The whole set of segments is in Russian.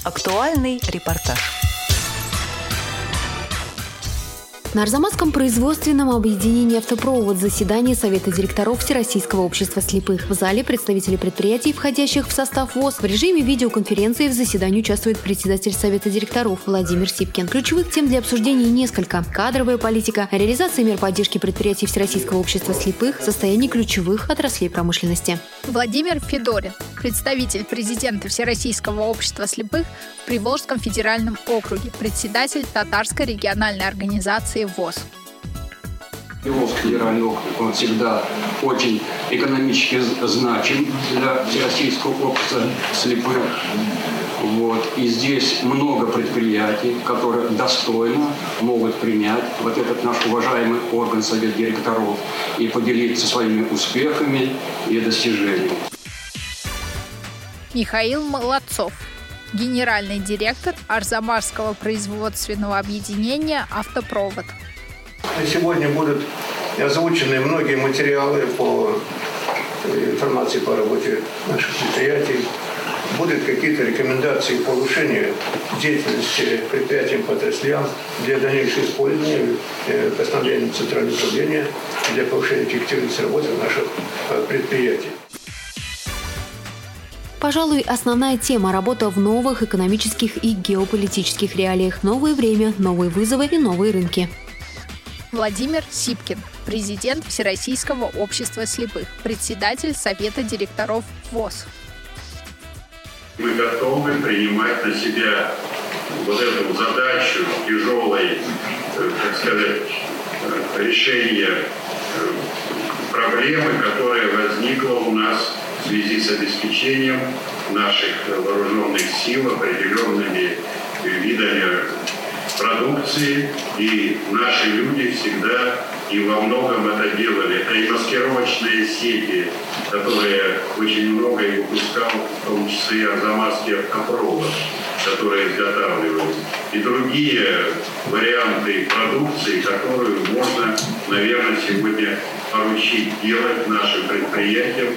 Актуальный репортаж. На Арзамасском производственном объединении «Автопровод» заседание Совета директоров Всероссийского общества слепых. В зале представители предприятий, входящих в состав ВОС. В режиме видеоконференции в заседании участвует председатель Совета директоров Владимир Сипкин. Ключевых тем для обсуждения несколько. Кадровая политика, реализация мер поддержки предприятий Всероссийского общества слепых, состояние ключевых отраслей промышленности. Владимир Федорин, представитель президента Всероссийского общества слепых в Приволжском федеральном округе, председатель Татарской региональной организации ВОС. Приволжский федеральный округ, он всегда очень экономически значим для Всероссийского общества слепых. И здесь много предприятий, которые достойно могут принять вот этот наш уважаемый орган Совет директоров и поделиться своими успехами и достижениями. Михаил Молодцов, генеральный директор Арзамасского производственного объединения «Автопровод». Сегодня будут озвучены многие материалы по информации по работе наших предприятий. Будут какие-то рекомендации по улучшению деятельности предприятий по отраслям для дальнейшего использования постановления Центрального управления для повышения эффективности работы наших предприятий. Пожалуй, основная тема – работа в новых экономических и геополитических реалиях. Новое время, новые вызовы и новые рынки. Владимир Сипкин, президент Всероссийского общества слепых, председатель Совета директоров ВОС. Мы готовы принимать на себя вот эту задачу тяжелой, решения проблемы, которая возникла у нас в связи с обеспечением наших вооруженных сил определенными видами продукции. И наши люди всегда и во многом это делали. Это и маскировочные сети, которые очень много и выпускал, в том числе и Арзамасский автопровод, которые изготавливают. И другие варианты продукции, которую можно, наверное, сегодня поручить делать нашим предприятиям.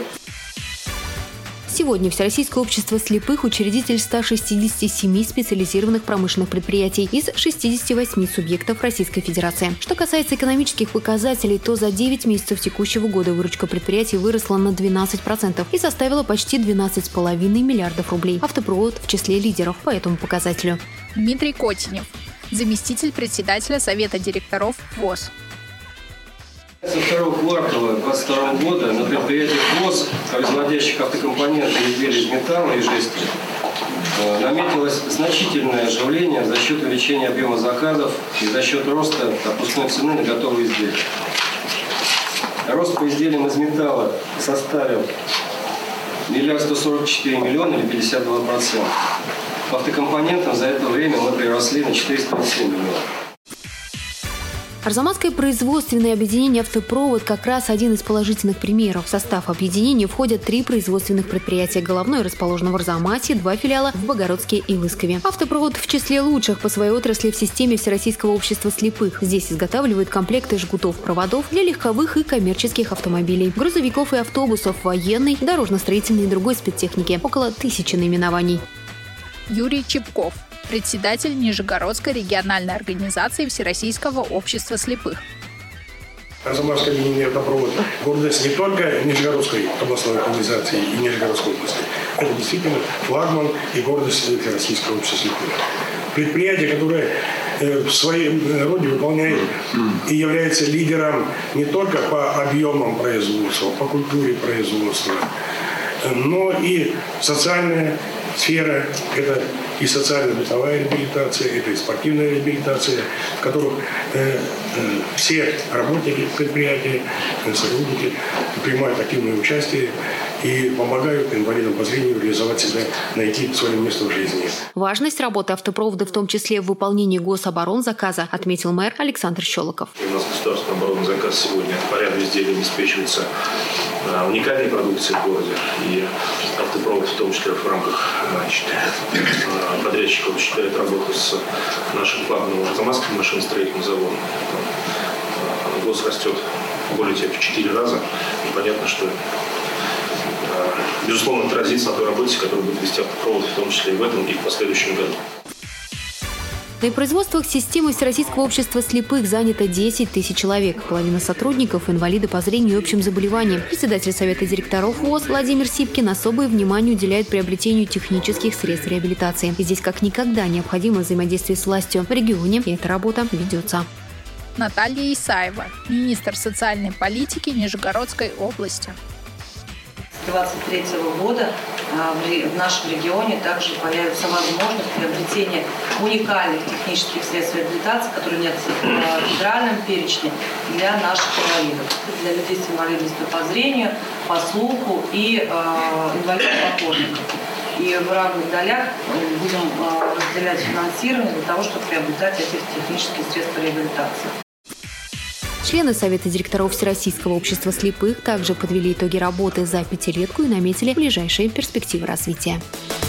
Сегодня Всероссийское общество слепых – учредитель 167 специализированных промышленных предприятий из 68 субъектов Российской Федерации. Что касается экономических показателей, то за 9 месяцев текущего года выручка предприятий выросла на 12% и составила почти 12,5 миллиардов рублей. Автопровод в числе лидеров по этому показателю. Дмитрий Котенев, заместитель председателя Совета директоров ВОС. Со второго квартала 2022 года на предприятиях ВОС, производящих автокомпоненты и изделия из металла и жести, наметилось значительное оживление за счет увеличения объема заказов и за счет роста отпускной цены на готовые изделия. Рост по изделиям из металла составил 1 144 миллиона или 52%. По автокомпонентам за это время мы приросли на 407 миллионов. Арзамасское производственное объединение «Автопровод» как раз один из положительных примеров. В состав объединения входят 3 производственных предприятия. Головное расположено в Арзамасе, 2 филиала в Богородске и Лыскове. «Автопровод» в числе лучших по своей отрасли в системе Всероссийского общества слепых. Здесь изготавливают комплекты жгутов проводов для легковых и коммерческих автомобилей, грузовиков и автобусов, военной, дорожно-строительной и другой спецтехники. Около 1000 наименований. Юрий Чепков, председатель Нижегородской региональной организации Всероссийского общества слепых. Арзамасское объединение «Автопровод» – гордость не только Нижегородской областной организации и Нижегородской области. Это действительно флагман и гордость Всероссийского общества слепых. Предприятие, которое в своей роде выполняет и является лидером не только по объемам производства, по культуре производства, но и социальная сфера, это и социально-бытовая реабилитация, это и спортивная реабилитация, в которых все работники предприятия, сотрудники принимают активное участие и помогают инвалидам по зрению реализовать себя, найти свое место в жизни. Важность работы автопровода, в том числе в выполнении гособоронзаказа, отметил мэр Александр Щелоков. У нас государственный оборонзаказ сегодня по ряду изделий обеспечивается уникальной продукцией в городе. И автопровод, в том числе в рамках подрядчиков, осуществляет работу с нашим флагманом Арзамасским машиностроительным заводом. Гос растет более чем в 4 раза. И понятно, что безусловно, отразится на той работе, которую будет вести автопровод, в том числе и в этом, и в последующем году. На производствах системы Всероссийского общества слепых занято 10 тысяч человек. Половина сотрудников – инвалиды по зрению и общим заболеваниям. Председатель Совета директоров ВОС Владимир Сипкин особое внимание уделяет приобретению технических средств реабилитации. И здесь как никогда необходимо взаимодействие с властью в регионе, и эта работа ведется. Наталья Исаева, министр социальной политики Нижегородской области. С 2023 года в нашем регионе также появится возможность приобретения уникальных технических средств реабилитации, которые нет в федеральном перечне, для наших инвалидов, для людей с инвалидностью по зрению, по слуху и инвалидов-опорников. И в равных долях будем разделять финансирование для того, чтобы приобретать эти технические средства реабилитации. Члены Совета директоров Всероссийского общества слепых также подвели итоги работы за пятилетку и наметили ближайшие перспективы развития.